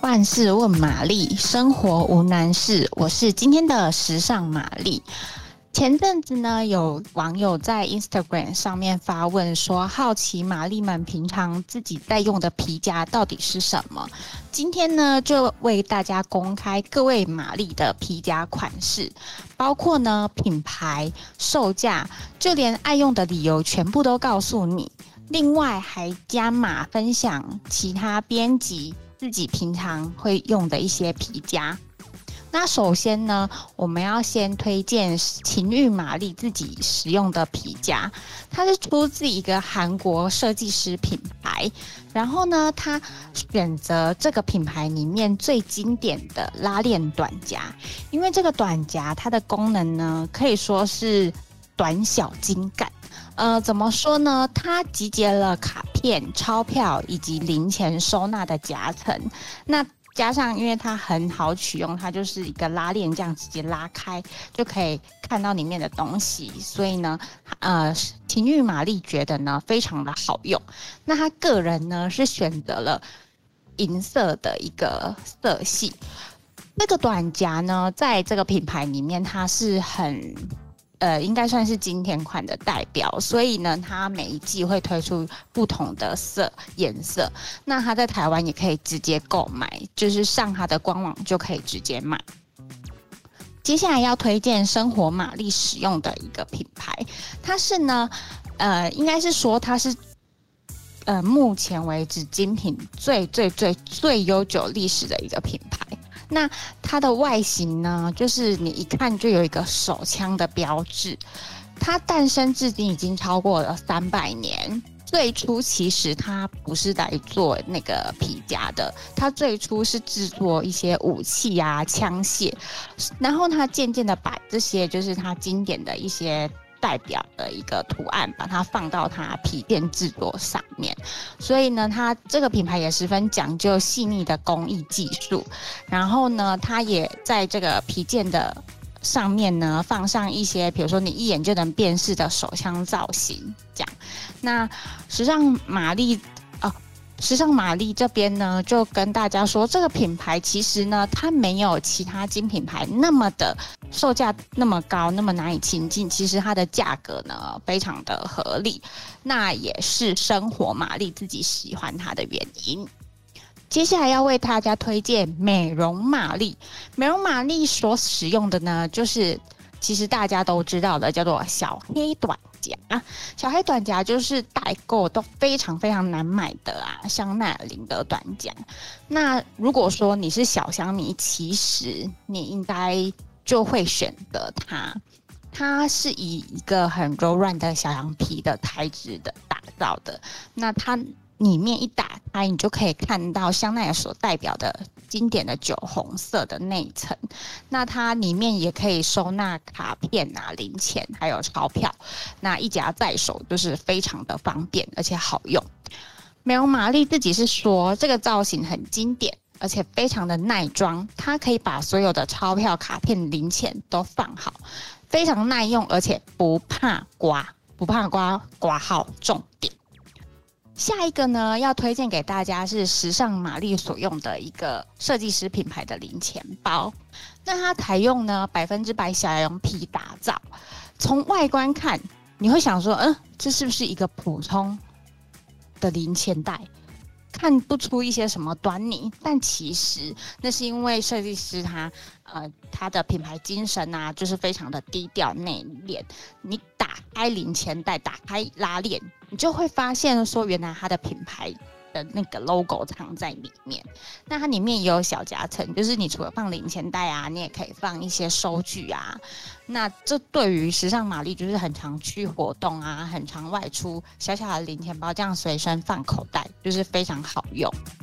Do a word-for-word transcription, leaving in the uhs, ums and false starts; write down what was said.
万事问玛丽，生活无难事。我是今天的时尚玛丽。前阵子呢，有网友在 Instagram 上面发问说，好奇玛丽们平常自己在用的皮夹到底是什么？今天呢，就为大家公开各位玛丽的皮夹款式，包括呢品牌、售价，就连爱用的理由全部都告诉你。另外还加码分享其他编辑自己平常会用的一些皮夹。那首先呢，我们要先推荐情欲玛丽自己使用的皮夹，它是出自一个韩国设计师品牌，然后呢，他选择这个品牌里面最经典的拉链短夹，因为这个短夹它的功能呢，可以说是短小精干。呃，怎么说呢？它集结了卡片、钞票以及零钱收纳的夹层，那加上因为它很好取用，它就是一个拉链，这样直接拉开就可以看到里面的东西，所以呢，呃，情欲玛丽觉得呢非常的好用。那他个人呢是选择了银色的一个色系。那个短夹呢，在这个品牌里面，它是很呃，应该算是经典款的代表，所以呢，它每一季会推出不同的色颜色。那它在台湾也可以直接购买，就是上它的官网就可以直接买。接下来要推荐生活玛丽使用的一个品牌，它是呢，呃，应该是说它是呃目前为止精品最最最最悠久历史的一个品牌。那它的外形呢，就是你一看就有一个手枪的标志。它诞生至今已经超过了三百年。最初其实它不是来做那个皮夹的，它最初是制作一些武器啊、枪械，然后它渐渐的把这些就是它经典的一些代表的一个图案，把它放到它皮件制作上面。所以呢，它这个品牌也十分讲究细腻的工艺技术。然后呢，它也在这个皮件的上面呢放上一些，比如说你一眼就能辨识的手枪造型，这样。那时尚玛丽啊。时尚玛丽这边呢，就跟大家说，这个品牌其实呢，它没有其他精品牌那么的售价那么高，那么难以亲近。其实它的价格呢，非常的合理，那也是生活玛丽自己喜欢它的原因。接下来要为大家推荐美容玛丽。美容玛丽所使用的呢，就是其实大家都知道的，叫做小黑短夹。小黑短夹就是代购都非常非常难买的啊，香奈儿林的短夹。那如果说你是小香迷，其实你应该就会选择它。它是以一个很柔软的小羊皮的材质的打造的。那它里面一打开，你就可以看到香奈儿所代表的经典的酒红色的内层。那它里面也可以收纳卡片啊、零钱还有钞票。那一夹在手就是非常的方便，而且好用。美容玛丽自己是说，这个造型很经典，而且非常的耐装。它可以把所有的钞票、卡片、零钱都放好，非常耐用，而且不怕刮，不怕刮刮号。重点。下一个呢，要推荐给大家是时尚玛丽所用的一个设计师品牌的零钱包。那它采用呢百分之百小羊皮打造，从外观看，你会想说，嗯，这是不是一个普通的零钱袋？看不出一些什么端倪，但其实那是因为设计师他呃他的品牌精神啊，就是非常的低调内敛。你打开零钱袋，打开拉链，你就会发现说，原来它的品牌的那个 logo 藏在里面。那它里面也有小夹层，就是你除了放零钱袋啊，你也可以放一些收据啊。那这对于时尚玛丽就是很常去活动啊，很常外出，小小的零钱包这样随身放口袋，就是非常好用。